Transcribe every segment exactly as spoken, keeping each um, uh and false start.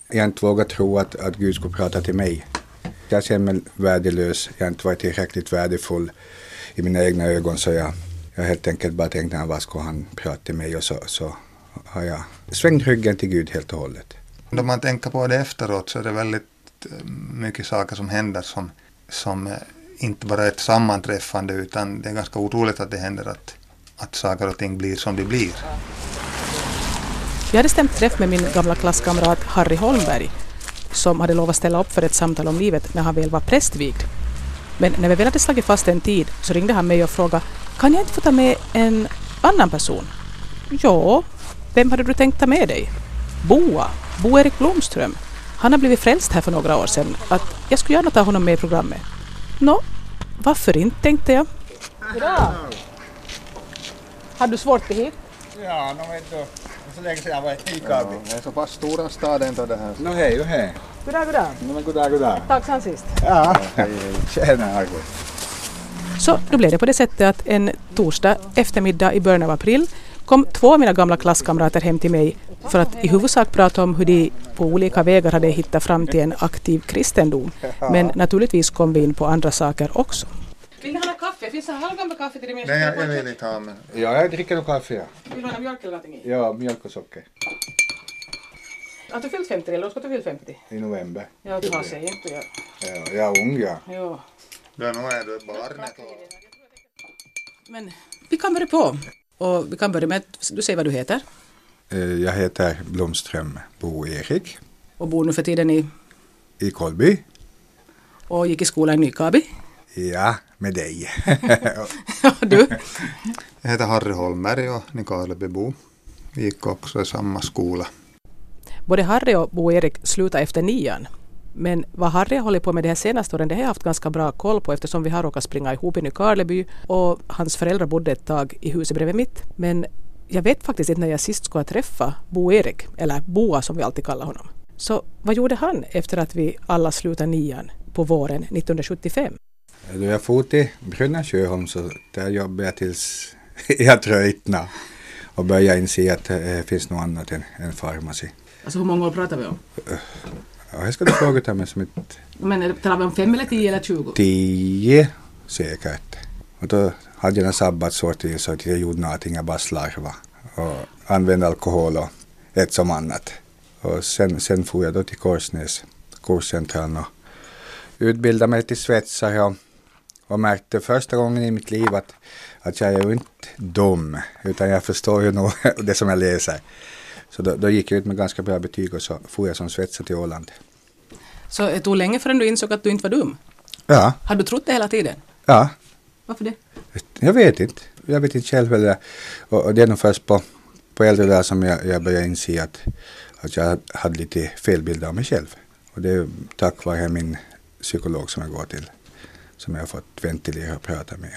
Jag har inte vågat tro att, att Gud skulle prata till mig. Jag känner mig värdelös. Jag har inte varit tillräckligt värdefull i mina egna ögon, så jag, jag helt enkelt bara tänkt, när vad ska han prata till mig, och så, så har jag svängt ryggen till Gud helt och hållet. Om man tänker på det efteråt så är det väldigt mycket saker som händer som, som inte bara är ett sammanträffande, utan det är ganska otroligt att det händer att, att saker och ting blir som de blir. Jag hade stämt träff med min gamla klasskamrat Harry Holmberg, som hade lovat ställa upp för ett samtal om livet när han väl var prästvigd. Men när vi väl hade slagit fast en tid så ringde han mig och frågade, kan jag inte få ta med en annan person? Ja, vem hade du tänkt ta med dig? Boa, Bo-Erik Blomström. Han har blivit frälst här för några år sedan. Att jag skulle gärna ta honom med i programmet. Nå, varför inte, tänkte jag. Goddag. Har du svårt hit? Ja, nu vet du. Så länge sedan jag var i Nykarby. Det är så pass stora staden då det här. Nå hej, hej. Goddag, goddag. No, men goddag, goddag. Tack sen sist. Ja, tjena Argo. Så då blev det på det sättet att en torsdag eftermiddag i början av april kom två av mina gamla klasskamrater hem till mig för att i huvudsak prata om hur de på olika vägar hade hittat fram till en aktiv kristendom. Men naturligtvis kom vi in på andra saker också. Vill ni ha kaffe? Finns det halvgamla kaffe till det? Nej, jag, jag vill inte ha, men... Ja, jag dricker nog kaffe, ja. Vill du ha mjölk eller någonting i? Ja, mjölk och socker. Har du fyllt femtio eller ska du fyllt femtio? I november. Ja, du har sig inte. Ja. Ja, jag är ung, ja. Ja. Ja, nu är du barnet. Men vi kan börja på. Och vi kan börja med att du säger vad du heter. Jag heter Blomström Bo-Erik. Och bor nu för tiden i? I Kolby. Och gick i skolan i Nykarby. Ja, med dig. Ja, du? Jag heter Harry Holmberg och Nykarleby. Vi gick också i samma skola. Både Harry och Bo-Erik slutade efter nian. Men vad Harry har hållit på med det här senaste åren, det har jag haft ganska bra koll på, eftersom vi har råkat springa ihop i Nykarleby och hans föräldrar bodde ett tag i huset bredvid mitt. Men jag vet faktiskt inte när jag sist skulle träffa Bo-Erik, eller Boa som vi alltid kallar honom. Så vad gjorde han efter att vi alla slutade nian på våren nittonhundrasjuttiofem? Då jag for till Brunna Sjöholm, så där jobbade jag tills jag tröjtnade och började inse att det finns något annat än en farmaci. Alltså hur många år pratar vi om? Ja, jag ska du fråga till mig som ett... Men talar vi om fem eller tio eller tjugo? Tio säkert. Och då hade jag en sabbatsår till så att jag gjorde någonting, jag bara slarva och använde alkohol och ett som annat. Och sen, sen får jag då till Korsnäs, kurscentralen, och utbildade mig till svetsare och, och märkte första gången i mitt liv att, att jag är ju inte dum, utan jag förstår ju nog det som jag läser. Så då, då gick jag ut med ganska bra betyg och så får jag som svetsare till Åland. Så det tog länge förrän du insåg att du inte var dum? Ja. Har du trott det hela tiden? Ja. Varför det? Jag vet inte. Jag vet inte själv heller. Och, och det är nog först på, på äldre där som jag, jag började inse att, att jag hade lite felbilder av mig själv. Och det är tack vare min psykolog som jag går till, som jag har fått ventilera och prata med.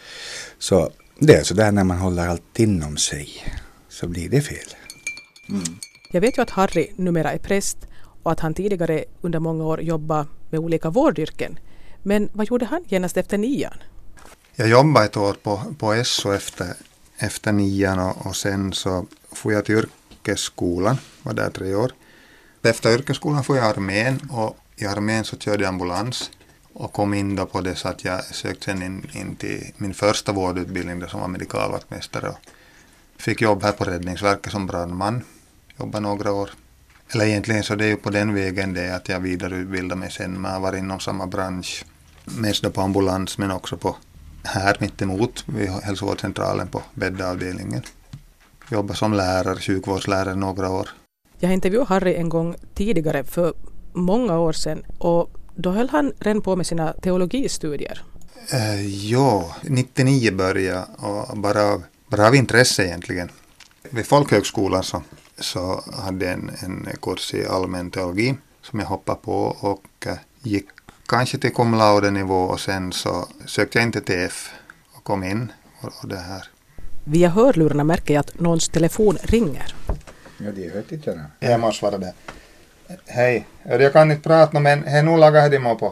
Så det är så där när man håller allt inom sig så blir det fel. Mm. Jag vet ju att Harry numera är präst och att han tidigare under många år jobbade med olika vårdyrken. Men vad gjorde han genast efter nian? Jag jobbade ett år på, på S O efter, efter nian och, och sen så får jag till yrkesskolan, var där tre år. Efter yrkesskolan får jag armén och i armén så körde jag ambulans och kom in då på det så att jag sökte sen in, in till min första vårdutbildning där som var medikalvaktmästare och fick jobb här på Räddningsverket som brandman. Jobbade några år. Eller egentligen så det är ju på den vägen det att jag vidareutbildade mig sen. Man har varit inom samma bransch. Mest då på ambulans men också på här mittemot vid hälsovårdscentralen på bäddavdelningen. Jobbade som lärare, sjukvårdslärare några år. Jag intervjuade Harry en gång tidigare för många år sedan och då höll han redan på med sina teologistudier. Uh, ja, nittionio började och bara av, bara av intresse egentligen. Vid folkhögskolan så, så hade jag en, en kurs i allmän teologi som jag hoppade på och uh, gick kanske till cum laude-nivå och sen så sökte jag in till T F och kom in och, och det här. Via hörlurarna märker jag att någons telefon ringer. Ja, det hört inte nu. Jag måste svara det. Hej, jag kan inte prata men he nu lagar det på.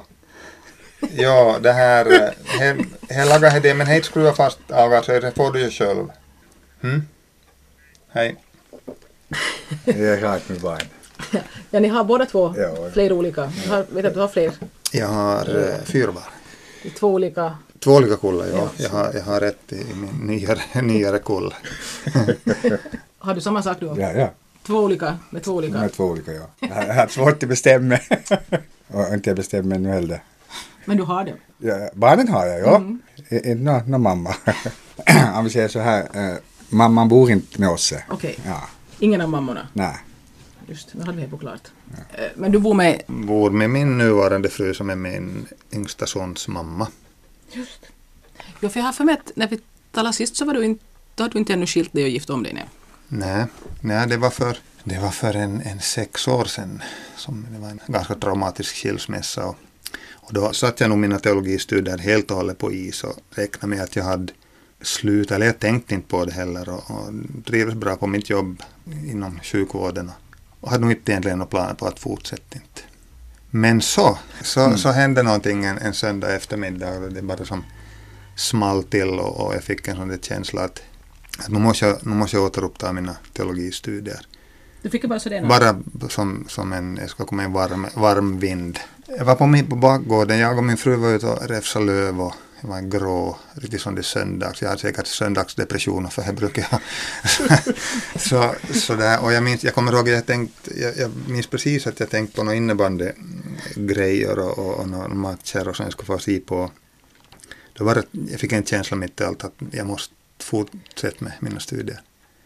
Ja, det här he, he lagar det men hej skruva fast ögat så det får du ju själv. Hm? Hej. Det är rakt med barn. Ja, ni har båda två Ja. fler olika. Du har, vet att du har fler? Jag har eh, fyra barn. Två olika. Två olika kullar, ja. Ja. Jag har, jag har rätt i min nyare, nyare kull. Har du samma sak du? Ja, ja. Två olika, med två olika. Med två olika, ja. Jag har haft svårt att bestämma. Och inte jag bestämmer nu heller. Men du har det? Ja, barnen har jag, ja. Mm. Inte någon no mamma. Om vi säger så här, eh, mamman bor inte med oss. Okej. Okay. Ja. Ingen av mammorna? Nej. Just, nu hade vi på klart. Ja. Men du bor med? Bor med min nuvarande fru som är min yngsta sons mamma. Just. Jo, för jag har för mig att när vi talade sist så var du inte, då hade du inte ännu skilt dig och gift om dig. Nej, nej, nej det var för, det var för en, en sex år sedan. Som det var en ganska traumatisk skilsmässa. Och, och då satt jag nog mina teologistudier helt och hållet på is och räknade med att jag hade slutat, eller jag tänkte inte på det heller och, och trivdes bra på mitt jobb inom sjukvården. Och hade nog inte egentligen några planer på att fortsätta inte. Men så, så, mm. så hände någonting en, en söndag eftermiddag och det bara som small till och, och jag fick en sån där känsla att, att nu, måste jag, nu måste jag återuppta mina teologistudier. Du fick bara så det? Bara som, som en, jag ska komma en varm, varm vind. Jag var på, min, på bakgården, jag och min fru var ute och räfsade löv och jag var en grå, riktigt som det söndags. Jag hade säkert söndagsdepressioner för jag brukar jag. så, så där, och jag, minns, jag kommer ihåg att jag tänkte, jag, jag minns precis att jag tänkte på några innebandy grejer och, och, och några matcher och sen skulle få se på. Då var det, jag fick en känsla mitt i allt att jag måste fortsätta med mina studier.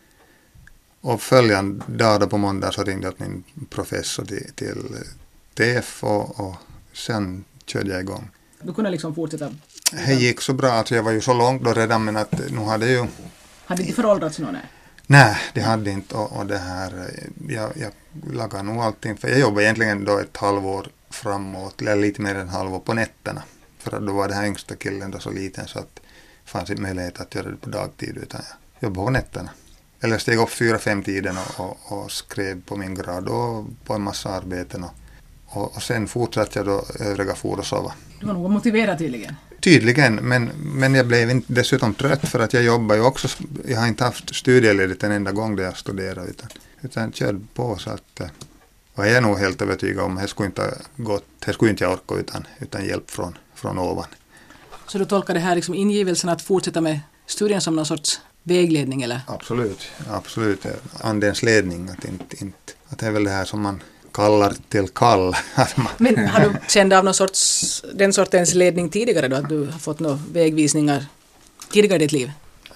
Och följande dag då på måndag så ringde jag min professor till, till T F och, och sen körde jag igång. Du kunde liksom fortsätta? Det gick så bra, alltså jag var ju så långt då redan men att nu hade ju... Hade det föråldrats någon? Nej, det hade inte och, och det här, jag, jag lagade nog allting, för jag jobbade egentligen då ett halvår framåt, eller lite mer än ett halvår på nätterna. För att då var det här yngsta killen då så liten så att det fanns inte möjlighet att göra det på dagtid utan jag jobbade på nätterna. Eller jag steg upp fyra, fem tiden och, och, och skrev på min grad och på en massa arbeten och, och, och sen fortsatte jag då övriga for och sova. Du var nog motiverad tydligen. Tydligen, men, men jag blev inte dessutom trött för att jag jobbar ju också, jag har inte haft studieledigt en enda gång där jag studerade utan, utan jag körde på så att och jag är nog helt övertygad om att det skulle inte gått, det skulle inte jag orka utan, utan hjälp från, från ovan. Så du tolkar det här liksom ingivelsen att fortsätta med studien som någon sorts vägledning eller? Absolut, absolut. Andens ledning, att, inte, inte, att det är väl det här som man kallar till kall. Men har du känt av någon sorts, den sortens ledning tidigare då, att du har fått några vägvisningar tidigare i ditt liv?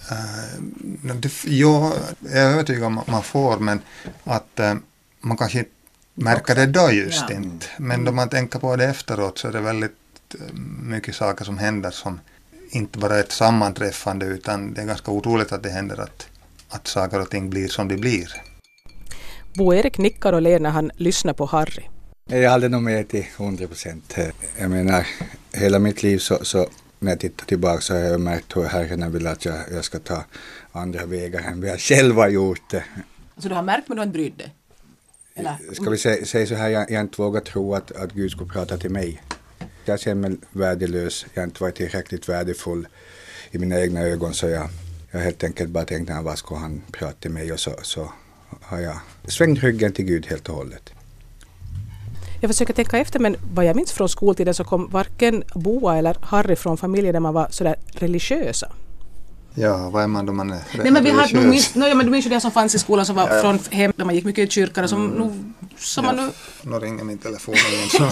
Uh, det, ja, jag är övertygad om att man får, men att uh, man kanske inte märker det då just ja. inte. Men då man tänker på det efteråt så är det väldigt uh, mycket saker som händer som inte bara ett sammanträffande utan det är ganska otroligt att det händer att, att saker och ting blir som det blir. Bo-Erik nickar och ler när han lyssnar på Harry. Jag hade nog med till hundra procent. Jag menar, hela mitt liv så, så när jag tittar tillbaka så har jag märkt hur Herren vill att jag, jag ska ta andra vägar än vi har själva gjort det. Så du har märkt men du har inte brytt dig? Eller? Ska vi säga, säga så här, jag, jag inte vågar tro att, att Gud skulle prata till mig. Jag känner mig värdelös, jag har inte varit tillräckligt värdefull i mina egna ögon så jag, jag helt enkelt bara tänkte vad ska han prata till mig och så, så har jag svängt ryggen till Gud helt och hållet. Jag försöker tänka efter men vad jag minns från skoltiden så kom varken Boa eller Harry från familjer där man var sådär religiösa. Ja, vad är man då man är re- Nej, men vi religiös? har, du, minns, no, ja, men du minns ju det som fanns i skolan som var ja, ja. från hem där man gick mycket i kyrkan och som mm. nu... Som ja, man nu... nu ringer min telefon igen så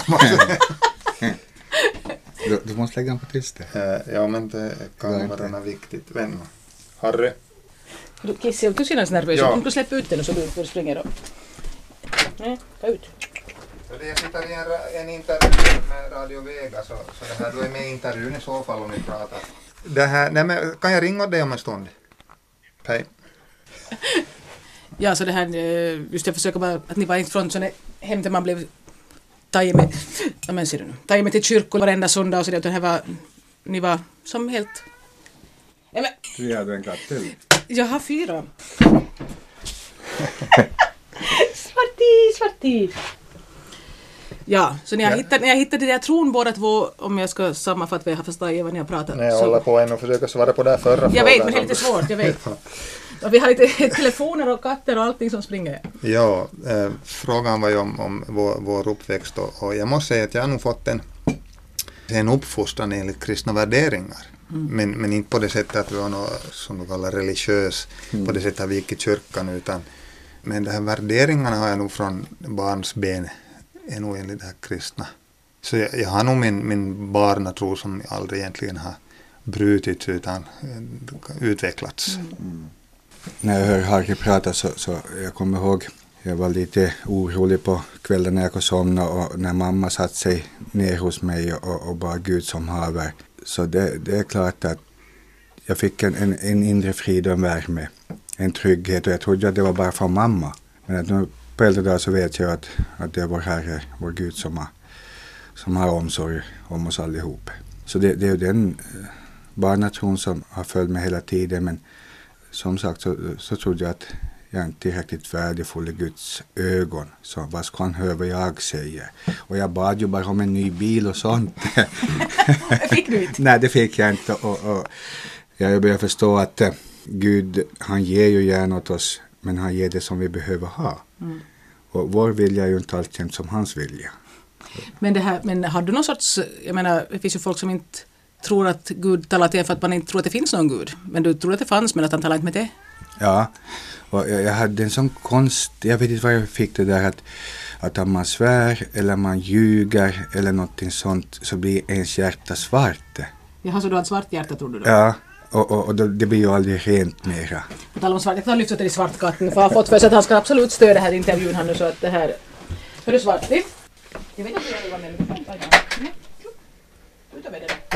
du, du måste lägga den på tyst. Ja, men det kan vara något viktigt. Vän. Harry. Du, Kissi, om du känner dig nervös, ja. om du släpper ut den så du, du springer då. Nej, ta ut. Jag sitter i en, en intervju med Radio Vega så, så det här, du är med i intervjun i så fall om ni pratar. Det här, nej men, kan jag ringa dig om en stund? Hej. Ja, så det här, just jag försöker bara att ni var inte från sådana hem där man blev taget med, ja men ser du nu, taget med till kyrkor varenda söndag och så det, här var, ni var som helt... Ja, men, du hade en katt till? Jag har fyra. Svarti, svarti. Ja, så när jag, ja. Hittade, när jag hittade det där tron båda två, om jag ska sammanfatta vad jag har förstått vad ni har pratat. Nej, jag så, håller på än och försöker svara på det förra jag frågan. Jag vet, men det är lite svårt, jag vet. Och vi har lite telefoner och katter och allting som springer. Ja, eh, frågan var ju om, om vår, vår uppväxt och, och jag måste säga att jag har nog fått en, en uppfostran enligt kristna värderingar. Mm. Men, men inte på det sättet att vi var något som du kallar religiös, mm. på det sättet att vi gick i kyrkan, utan men de här värderingarna har jag nog från barns ben, är nog enligt det här kristna. Så jag, jag har nog min, min barnatro som aldrig egentligen har brutits utan utvecklats. Mm. Mm. När jag hör Harry prata så, så jag kommer ihåg, jag var lite orolig på kvällen när jag kom somna och när mamma satt sig ner hos mig och, och bara Gud som haver. Så det, det är klart att jag fick en, en, en inre frid och en värme, en trygghet, och jag trodde att det var bara från mamma. Men att nu på äldre dag så vet jag att, att det är vår Herre, vår Gud som har, som har omsorg om oss allihop. Så det, det är ju den barnatron som har följt mig hela tiden, men som sagt så, så trodde jag att jag inte är riktigt värdefull i Guds ögon. Så vad ska han höra vad jag säger? Och jag bad ju bara om en ny bil och sånt. Fick du inte? Nej, det fick jag inte. Och, och jag börjar förstå att uh, Gud, han ger ju gärna åt oss, men han ger det som vi behöver ha. Mm. Och vår vilja är ju inte alltid som hans vilja. Men, det här, men har du någon sorts, jag menar, det finns ju folk som inte tror att Gud talar till en för att man inte tror att det finns någon Gud. Men du tror att det fanns, men att han talar inte med det? Ja, och jag, jag hade en sån konst, jag vet inte vad jag fick det där att, att om man svär eller man ljuger eller någonting sånt så blir ens hjärta svart. Jaha, så du har ett svart hjärta tror du då? Ja, och, och, och då, det blir ju aldrig rent mera. På tal om svart, jag tar lyfta till svartkatten för jag har fått för sig att han ska absolut stödja här intervjun här nu så att det här... Är du svart? Jag vet inte hur jag var med mig. Ut över det.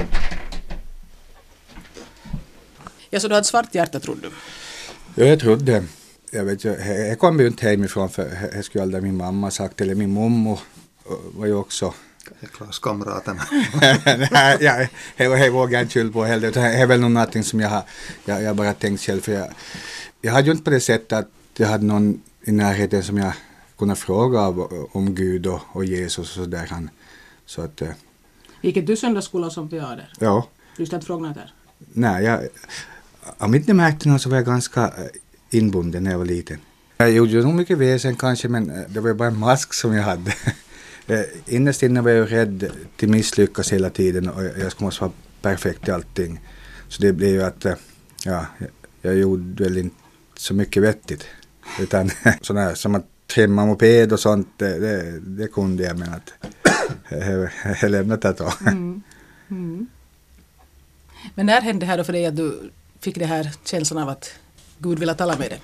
Ja, så du har ett svart hjärta tror du? Ja, jag trodde. Jag vet ju, jag kom ju inte hemifrån för jag skulle aldrig min mamma sagt, eller min mommo var ju också... Klasskamraterna. Nej, jag, jag, jag vågar inte skylla på heller. Det är väl någonting som jag har jag, jag bara tänkt själv. För jag, jag hade ju inte på det sättet att jag hade någon i närheten som jag kunde fråga av, om Gud och, och Jesus och sådär. Så att... Gick du söndagsskola som vi har där? Ja. Du ska inte fråga något där? Nej, jag... Om inte märkte något så var jag ganska inbunden när jag var liten. Jag gjorde ju nog mycket väsen kanske, men det var bara en mask som jag hade. Innerst inne var jag rädd till misslyckas hela tiden och jag skulle måste vara perfekt i allting. Så det blev ju att ja, jag gjorde väl inte så mycket vettigt. Utan sådana här som att trimma moped och sånt, det, det, det kunde jag, men att jag, jag lämnat det då. Mm. Mm. Men när hände det här då för dig att du fick det här känslan av att Gud ville tala med dig?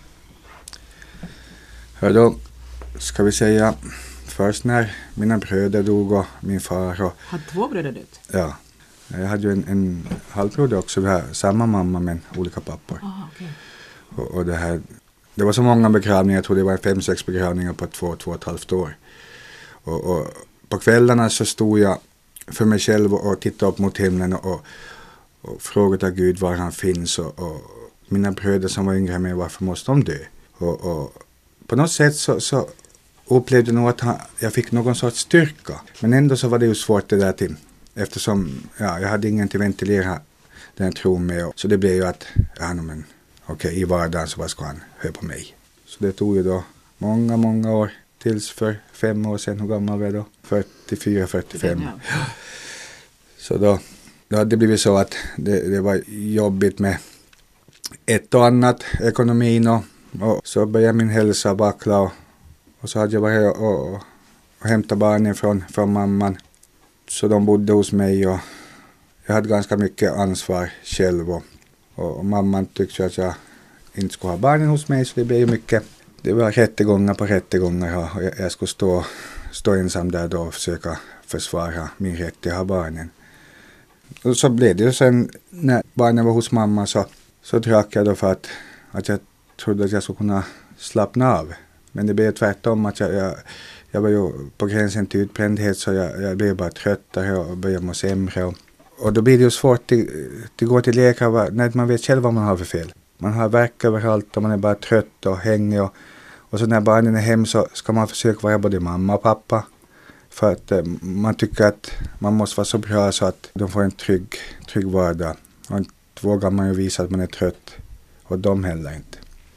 Ja, då ska vi säga först när mina bröder dog och min far. Och, hade två bröder dött? Ja, jag hade ju en, en halvbröder också. Vi har samma mamma men olika pappor. Ah, okay. och, och det här, det var så många begravningar, jag tror det var fem, sex begravningar på två, två och ett halvt år. Och, och på kvällarna så stod jag för mig själv och, och tittade upp mot himlen och, och, och frågade Gud var han finns. Och, och mina bröder som var yngre med, varför måste de dö? Och, och på något sätt så, så upplevde jag nog att han, jag fick någon sorts styrka. Men ändå så var det ju svårt det där till. Eftersom ja, jag hade ingen till att ventilera den tron med. Så det blev ju att, ja men okej, okay, i vardagen så ska han höra på mig. Så det tog ju då många, många år. Tills för fem år sedan, hur gammal var jag då? fyrtiofyra, fyrtiofem. Ja. Så då, då hade det blivit så att det, det var jobbigt med ett och annat, ekonomin och, och så började min hälsa vackla och, och så hade jag varit och, och, och hämtat barnen från, från mamman. Så de bodde hos mig och jag hade ganska mycket ansvar själv och, och, och mamman tyckte att jag inte skulle ha barnen hos mig, så det blev ju mycket. Det var rättegångar på rättegångar och jag, jag skulle stå, stå ensam där då och försöka försvara min rätt till att ha barnen. Och så blev det ju sen när barnen var hos mamma så, så drack jag då för att, att jag trodde att jag skulle kunna slappna av. Men det blev tvärtom att jag, jag, jag var ju på gränsen till utbrändhet så jag, jag blev bara tröttare och började må sämre. Och, och då blir det ju svårt till, till gå till läkare när man vet själv vad man har för fel. Man har värk överallt och man är bara trött och hängig. Och, och så när barnen är hem så ska man försöka vara både mamma och pappa. För att eh, man tycker att man måste vara så bra så att de får en trygg, trygg vardag. Och inte vågar man ju visa att man är trött. Och de heller inte.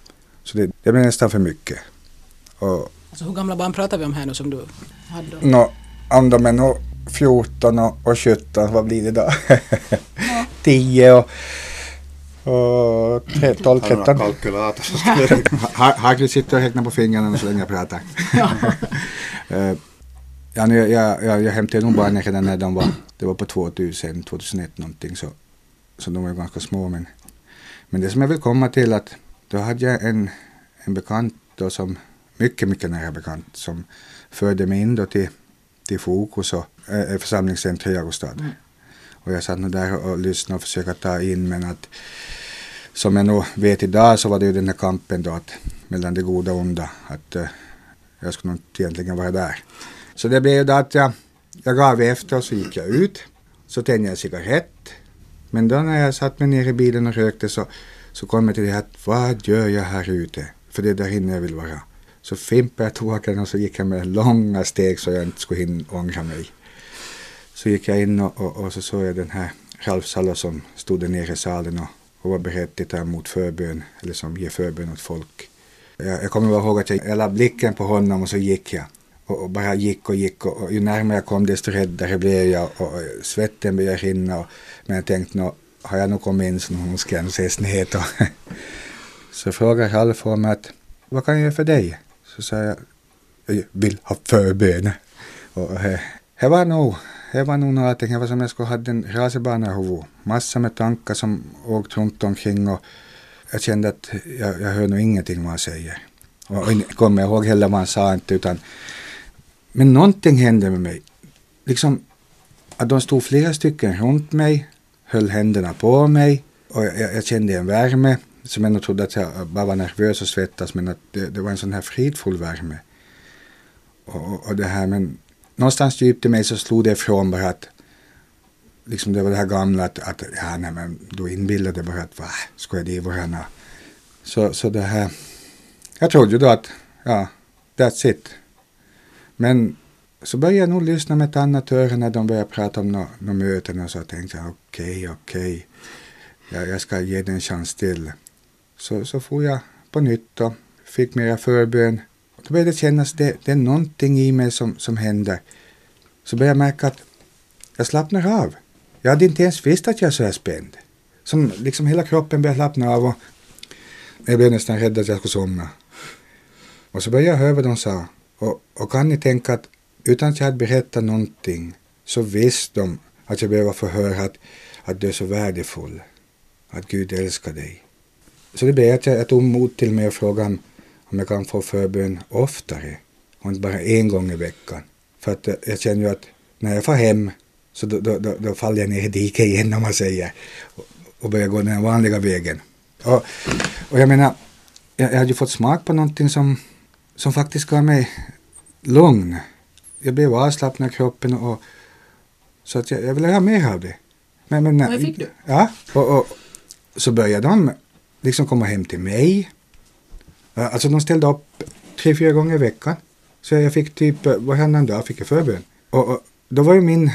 Så det, det blir nästan för mycket. Och, alltså hur gamla barn pratar vi om här nu som du hade då? no, om de är nog fjorton och, och sjutton, vad blir det då? Ja. tio och, och tolv tretton. Hagrid sitter och räknar på fingrarna så länge jag pratar. Ja. uh, ja, nu, jag, jag, jag hämtade nog barnen redan när de var, det var på tvåtusen, tvåtusenett någonting, så, så de var ganska små. Men, men det som jag vill komma till att då hade jag en, en bekant då som, mycket, mycket nära bekant, som förde mig in då till, till Fokus och äh, församlingscentret i Jagostad. Mm. Och jag satt nog där och lyssnade och försökte ta in, men att som jag nog vet idag så var det ju den här kampen då att, mellan det goda och onda, att äh, jag skulle nog egentligen vara där. Så det blev ju då att jag, jag gav efter och så gick jag ut, så tände jag cigarett, men då när jag satt mig ner i bilen och rökte så, så kom jag till det att vad gör jag här ute? För det är där inne jag vill vara. Så fimpade jag tågen och så gick jag med långa steg så jag inte skulle hinna ångra mig. Så gick jag in och, och, och så såg jag den här Ralf Salo som stod där nere i salen och, och var beredd att ta emot förbön, eller som ger förbön åt folk. Jag, jag kommer ihåg att jag, jag la blicken på honom och så gick jag. Och, och bara gick och gick och, och ju närmare jag kom desto räddare blev jag och, och svetten började rinna. Och, men jag tänkte, nå, har jag nog kommit in så nu ska jag nog se snett. Så frågade Ralf om att, vad kan jag göra för dig? Så sa jag, jag vill ha förbön. Och det var nog, det var nog någonting, det var som jag skulle ha en rasebana i huvudet. Massa med tankar som åkt runt omkring och jag kände att jag, jag hör nog ingenting vad han säger. Och jag kommer ihåg heller vad han sa inte, utan men någonting hände med mig. Liksom att de stod flera stycken runt mig, höll händerna på mig och jag, jag kände en värme som jag nog trodde att jag bara var nervös och svettas, men att det, det var en sån här fridfull värme. Och, och det här, men någonstans djupt i mig så slog det ifrån bara att liksom det var det här gamla att, att ja, nej, men då inbillade bara att va, ska jag det vara? Så, så det här, jag trodde ju då att ja, that's it. Men så började jag nog lyssna med ett annat öra när de började prata om några no, no möten och så tänkte jag okej, okay, okej, okay. jag, jag ska ge den en chans till. Så, så får jag på nytt och fick mera förbön. Då började det kännas att det, det är någonting i mig som, som händer. Så började jag märka att jag slappnar av. Jag hade inte ens visst att jag är så här spänd. Som liksom hela kroppen började slappna av och jag blev nästan rädd att jag skulle somna. Och så började jag höra vad de sa. Och, och kan ni tänka att utan att jag hade berättat någonting så visste de att jag behöver få höra att, att du är så värdefull. Att Gud älskar dig. Så det blev att jag, jag tog mod till mig och frågade om jag kan få förbön oftare. Och inte bara en gång i veckan. För att jag känner ju att när jag får hem så då, då, då, då faller jag ner i diket igen om man säger. Och, och börjar gå den vanliga vägen. Och, och jag menar, jag, jag hade ju fått smak på någonting som, som faktiskt gav mig lugn. Jag blev avslappnad i kroppen och så att jag, jag ville ha mer av det. Men, men, vad fick du? Ja, och, och så började de liksom komma hem till mig. Alltså de ställde upp tre, fyra gånger i veckan. Så jag fick typ, varannan dag fick jag förbön. Och, och då var ju min,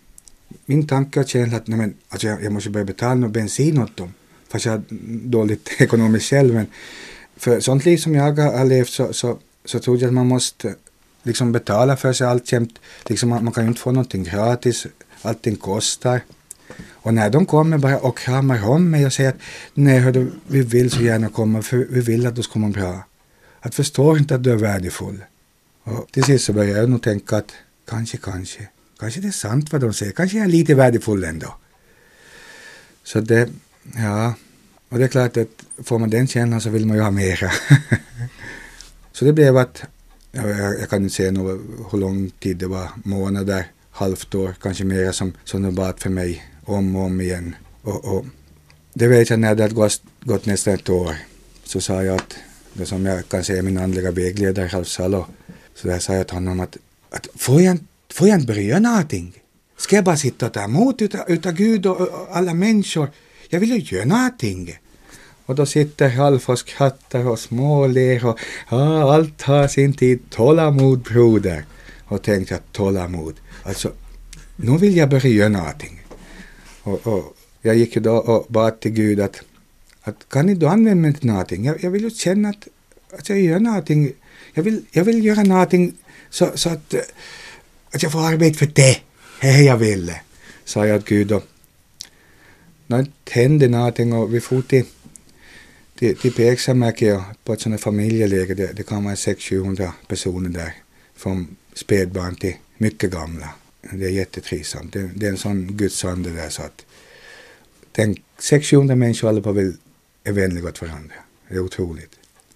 min tanke att känna att nej men, alltså jag, jag måste börja betala någon bensin åt dem. Fast jag har dåligt ekonomiskt själv. Men för sånt liv som jag har levt så, så, så tror jag att man måste liksom betala för sig allt jämt. Liksom man, man kan ju inte få någonting gratis. Allting kostar. Och när de kommer bara och kramar om mig och säger att nej hördu, vi vill så gärna komma för vi vill att du ska må bra. Att förstår inte att du är värdefull. Och till sist så börjar jag nog tänka att kanske, kanske, kanske det är sant vad de säger. Kanske jag är lite värdefull ändå. Så det, ja, och det är klart att får man den känslan så vill man ju ha mera. Så det blev att, jag, jag kan inte säga något, hur lång tid det var, månader, halvt år, kanske mera som, som det bad för mig om och om igen. Och, och det vet jag när det hade gått, gått nästan ett år så sa jag att, det som jag kan säga min andliga vägledare Ralf Salo, så där sa jag till honom att, att får, jag, får jag inte börja någonting? Ska jag bara sitta och ta emot utav, utav Gud och, och alla människor? Jag vill ju göra någonting. Och då sitter Ralf och skrattar och småler och ja, allt har sin tid. Tålamod, broder. Och tänkte att tålamod. Alltså, nu vill jag börja göra någonting. Och, och jag gick ju då och bad till Gud att, att kan ni då använda mig till någonting? Jag, jag vill ju känna att, att jag gör någonting. Jag vill, jag vill göra någonting så, så att, att jag får arbeta för det. Hej, jag vill. Sa jag att Gud och när det hände någonting och vi får till till, till Peksamäki på ett sådant familjeläge. Det, det kan vara sex till sjuhundra personer där. Från spädbarn till mycket gamla. Det är jättetrivsamt. Det, det är en sån gudsande där så att tänk sex till sjuhundra människor alla på vill är vänliga åt varandra. Det är otroligt.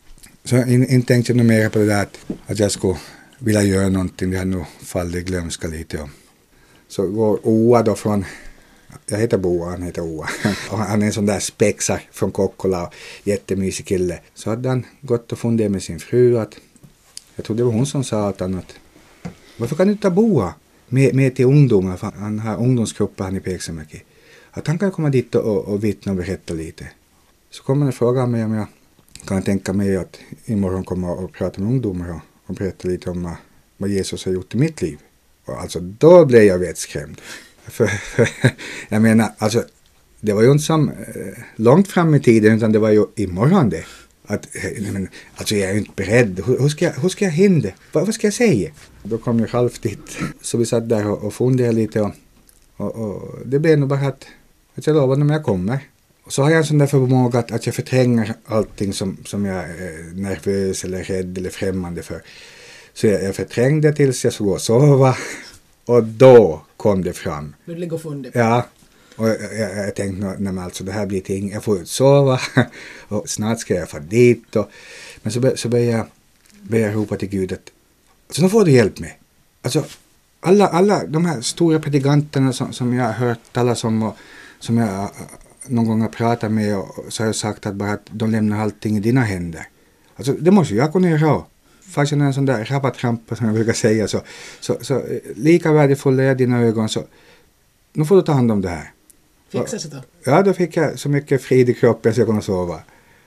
Så inte in, tänkte jag nog mer på det där att, att jag skulle vilja göra någonting. Det har nog fallit glömska lite. Och. Så går Oa då från, jag heter Boa, han heter Oa. Och han är en sån där spexar från Kokkola och jättemysig kille. Så hade han gått och funderat med sin fru att, jag tror det var hon som sa att han att varför kan du ta Boa med, med till ungdomar? För han har ungdomsgrupper han i Peksamäki. Att han kan komma dit och, och vittna och berätta lite. Så kommer han och frågar mig om jag kan tänka mig att imorgon komma och prata med ungdomar och, och berätta lite om vad, vad Jesus har gjort i mitt liv. Och alltså då blev jag vettskrämd. För, för jag menar, alltså det var ju inte som eh, långt fram i tiden utan det var ju imorgon det. Att, men, alltså jag är ju inte beredd. Hur, hur, ska, jag, hur ska jag hinna? Vad, vad ska jag säga? Då kom jag halvt dit. Så vi satt där och, och funderade lite och, och, och det blev nog bara att, att jag lovade när jag kommer. Och så har jag en sån där förmåga att, att jag förtränger allting som, som jag är nervös eller rädd eller främmande för. Så jag, jag förträngde tills jag skulle gå och sova. Och då kom det fram. Du ligger och funderar. Ja. Och jag, jag, jag tänkte, nej men alltså det här blir ting. Jag får ut sova. Och snart ska jag få dit. Och, men så, så började jag, började jag ropa till Gud att alltså nu får du hjälp med. Alltså alla, alla de här stora predikanterna som, som jag har hört talas om och som jag någon gång har pratat med och så har jag sagt att bara att de lämnar allting i dina händer. Alltså det måste jag kunna göra. Fast jag är en sån där rapatrampa som jag brukar säga så, så, så lika värdefulla är dina ögon så nu får du ta hand om det här. Fixar sig då? Ja, då fick jag så mycket frid i kroppen så jag kunde sova.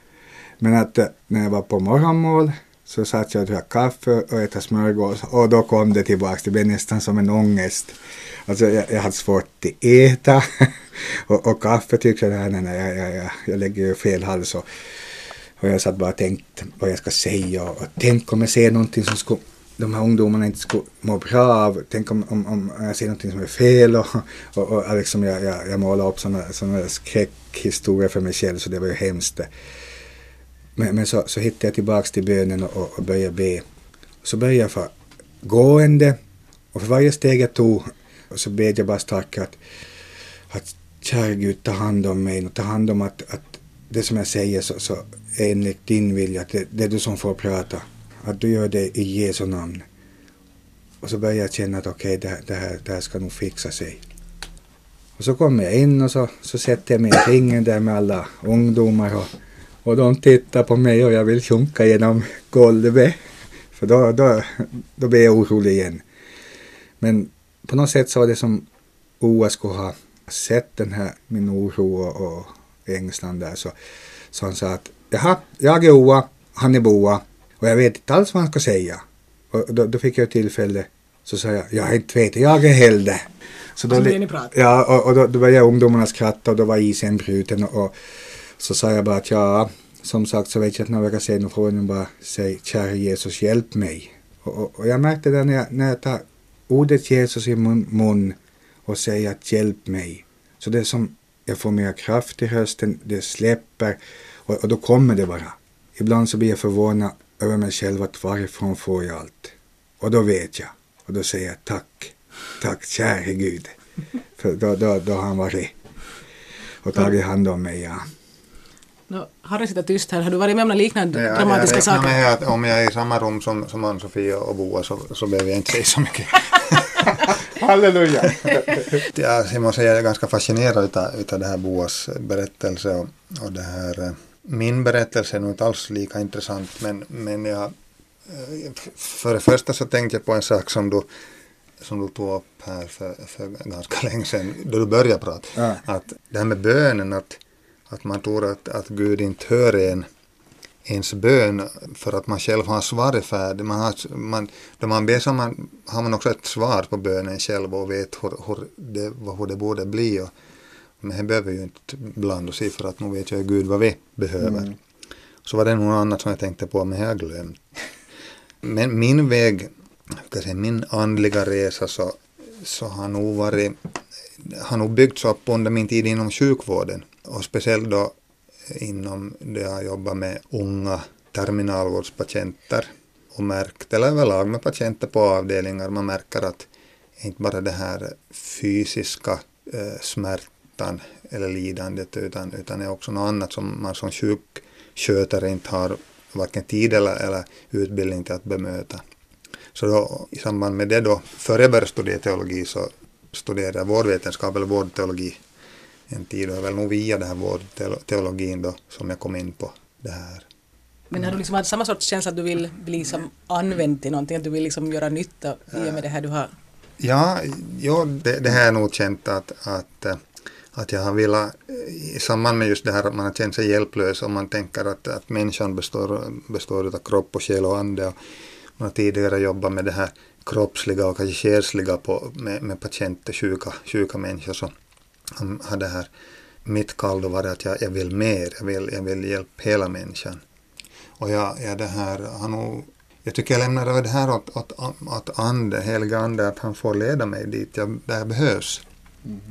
Men att när jag var på morgonmål så satt jag och drack kaffe och äta smörgås och då kom det tillbaka. Det blev nästan som en ångest. Alltså jag, jag hade svårt att äta och, och kaffe tyckte jag, nej, nej, jag, jag, jag, jag lägger ju fel hals och, och jag satt bara och tänkte vad jag ska säga och, och tänk om jag ser någonting som skulle, de här ungdomarna inte skulle må bra av. Tänk om, om, om jag ser någonting som är fel och, och, och liksom jag, jag, jag målar upp sådana, sådana skräckhistorier för mig själv så det var ju hemskt. Men, men så, så hittade jag tillbaka till bönen och, och började be. Så började jag för gående och för varje steg jag tog och så bed jag bara starkt att, att kära Gud ta hand om mig och ta hand om att, att det som jag säger så, så enligt din vilja, att det, det är du som får prata. Att du gör det i Jesu namn. Och så började jag känna att okej, okay, det, det, här, det här ska nog fixa sig. Och så kom jag in och så, så sätter jag mig i ringen där med alla ungdomar och, och de tittar på mig och jag vill sjunka genom golvet. För då, då, då blir jag orolig igen. Men på något sätt så var det som Oa skulle ha sett den här min oro och, och ängslan där. Så, så han sa att jaha, jag är Oa, han är Boa. Och jag vet inte alls vad han ska säga. Och då, då fick jag tillfälle. Så sa jag, jag inte vet, jag är Helde. Så då, alltså, ni ja, och, och då, då började ungdomarna skratta och då var isen bruten. Och, och så sa jag bara att ja, som sagt så vet jag inte när jag kan säga. Nu får jag bara säga, kära Jesus, hjälp mig. Och, och, och jag märkte det när jag, när jag tar ordet Jesus i mun, mun och säger att hjälp mig. Så det är som, jag får mer kraft i hösten, det släpper och, och då kommer det bara. Ibland så blir jag förvånad över mig själv att varifrån får jag allt. Och då vet jag. Och då säger jag tack. Tack käre Gud. För då, då, då har han varit och tagit hand om mig, ja. No, Harry sitter tyst här. Har du varit med om liknande ja, dramatiska jag saker? Med att om jag är i samma rum som, som Ann-Sofia och Boa så, så behöver jag inte säga så mycket. Halleluja! Ja, jag måste säga att jag är ganska fascinerad utav, utav det här Boas berättelse och, och det här. Min berättelse är nog inte alls lika intressant men, men jag, för det första så tänkte jag på en sak som du, som du tog upp här för, för ganska länge sedan då du började prata. Ja. Att det här med bönen, att, att man tror att, att Gud inte hör en, ens bön för att man själv har svaret färdigt. Man har, man, då man ber så man, har man också ett svar på bönen själv och vet hur, hur, det, hur det borde bli. Och, men det behöver ju inte blanda sig för att nu vet jag Gud vad vi behöver. Mm. Så var det något annat som jag tänkte på, men jag har glömt. Men min väg, kan säga, min andliga resa så, så har nog varit, har nog byggts upp under min tid inom sjukvården. Och speciellt då inom det jag jobbar med unga terminalvårdspatienter. Och märkt, eller överlag med patienter på avdelningar, man märker att inte bara det här fysiska eh, smärtan eller lidandet utan, utan det är också något annat som man som sjukskötare inte har varken tid eller, eller utbildning till att bemöta. Så då, i samband med det då, före jag började studera teologi så studerade jag vårdvetenskap eller vårdteologi en tid och det var nog via det här vårdteologin då som jag kom in på det här. Men har du liksom haft samma sorts känsla att du vill bli som använd till någonting, att du vill liksom göra nytta i och med det här du har? Ja, ja det, det här är nog känt att, att, att jag har velat, i samband med just det här att man har känt sig hjälplös och man tänker att, att människan består, består av kropp och själ och ande och man har tidigare jobbat med det här kroppsliga och kanske själsliga på, med, med patienter, sjuka, sjuka människor så har det här mitt kall då varit att jag, jag vill mer, jag vill, jag vill hjälpa hela människan. Och jag, jag, det här, han nog, jag tycker jag lämnar över det här åt, åt, åt ande, heliga ande, att han får leda mig dit jag, där jag behövs. Mm.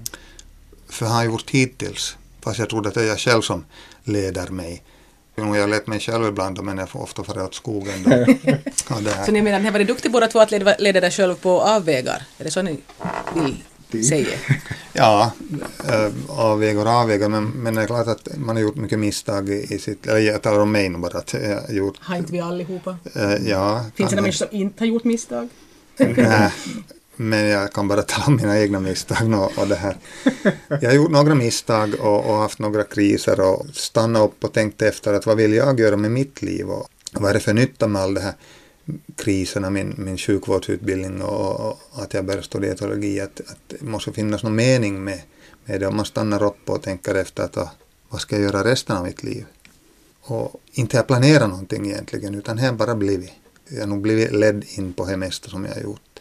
För han har gjort hittills, fast jag trodde att det är jag själv som leder mig. Jag har lett mig själv ibland, men jag får ofta fara åt skogen. Då. det här. Så ni menar att ni har varit duktiga båda två att leda, leda dig själv på avvägar? Är det så ni vill säga? Ja, äh, avvägar och avvägar, men, men det är klart att man har gjort mycket misstag i, i sitt, eller jag talar om mig bara att jag har gjort. Har inte vi allihopa? Äh, ja. Finns det några människor som inte har gjort misstag? Nej, men jag kan bara tala om mina egna misstag och, och det här. Jag har gjort några misstag och, och haft några kriser och stannat upp och tänkt efter att vad vill jag göra med mitt liv och vad är det för nytta med all det här kriserna, min, min sjukvårdsutbildning och, och att jag börjar studera teologi, att, att det måste finnas någon mening med, med det om man stannar upp och tänker efter att vad ska jag göra resten av mitt liv och inte jag planerar någonting egentligen utan här bara blivit. Jag har nog blivit ledd in på det mesta som jag har gjort.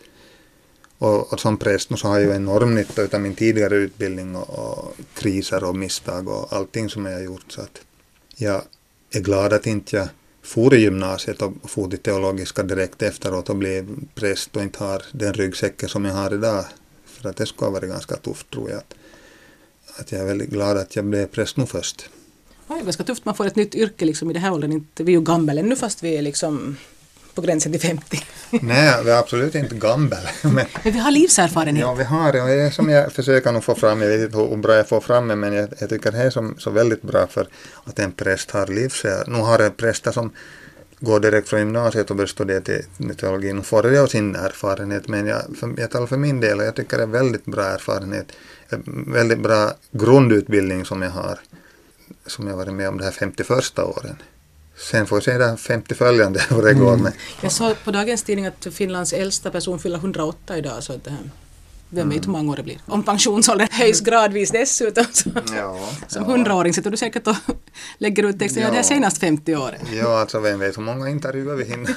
Och, och som präst så har jag ju enorm nytta av min tidigare utbildning och, och kriser och misstag och allting som jag har gjort. Så att jag är glad att inte jag for i gymnasiet och for till teologiska direkt efteråt och blev präst och inte har den ryggsäcken som jag har idag. För att det skulle ha varit ganska tufft tror jag. Att, att jag är väldigt glad att jag blev präst nu först. Det är ganska tufft, man får ett nytt yrke liksom i det här åldern. Inte, vi är ju gamla ännu fast vi är liksom på gränsen till femtio. Nej, vi är absolut inte gamla. Men, men vi har livserfarenhet. Ja, vi har det och det är som jag försöker nog få fram. Jag vet inte hur bra jag får fram det, men jag, jag tycker det är som, så väldigt bra för att en präst har livserfarenhet. Nu har en präster som går direkt från gymnasiet och börjar studera till teologi. Nu får det av sin erfarenhet, men jag, för, jag talar för min del och jag tycker det är väldigt bra erfarenhet. Väldigt bra grundutbildning som jag har. Som jag varit med om de här femtio första åren. Sen får vi se det femtio följande hur det går med. Jag såg på dagens tidning att Finlands äldsta person fyller hundraåtta idag. Så att det här, vem vet hur många år det blir. Om pensionsåldern höjs gradvis dessutom. Så, ja, som ja. hundraåring sitter du säkert och lägger ut texten. Ja, det här senast femtio åren. Ja, alltså vem vet hur många intervjuer vi hinner.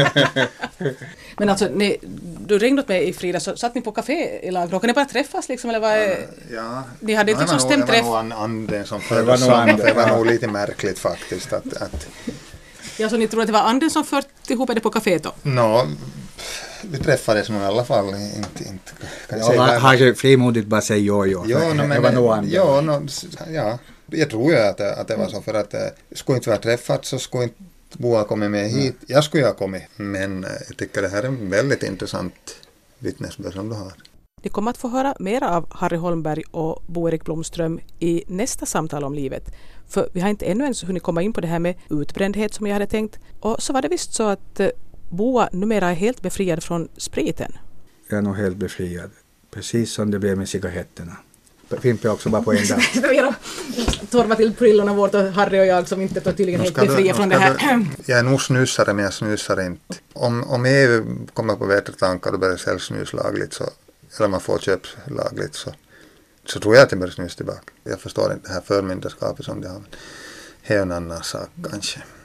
Men alltså, ni, du ringde åt mig i fredag så satt ni på café i lag. Råkade ni bara träffas liksom? Eller vad är, ja. Ni hade inte liksom stämt träff. Det var nog anden som förde samman. Det var nog lite märkligt faktiskt. Att, att... Ja, så ni tror att det var anden som fört ihop det på café då? Nå, no, vi träffades nog i alla fall. Inte, inte, kan ja, säga, har ju frimodigt bara säga jo, jo. Jo, no, men, det var nog anden. Jo, no, ja, jag tror ju att, att det var så för att skulle inte vi ha träffats så skulle inte Boa kommit med hit. Jag skulle ha kommit, men jag tycker det här är en väldigt intressant vittnesbörd som du har. Ni kommer att få höra mer av Harry Holmberg och Bo-Erik Blomström i nästa samtal om livet. För vi har inte ännu ens hunnit komma in på det här med utbrändhet som jag hade tänkt. Och så var det visst så att Boa numera är helt befriad från spriten. Jag är nog helt befriad. Precis som det blev med cigaretterna. Fimp jag också bara på en dag. Torva till prillorna vårt och Harry och jag som inte är tydligen helt befria från det här. Du, jag är nog snusare men jag snusar inte. Om, om E U kommer på bättre tankar och börjar sälja snus lagligt så, eller man får köp lagligt så, så tror jag att jag börjar snus tillbaka. Jag förstår inte det här förmyndarskapet som det har. Det är en annan sak kanske.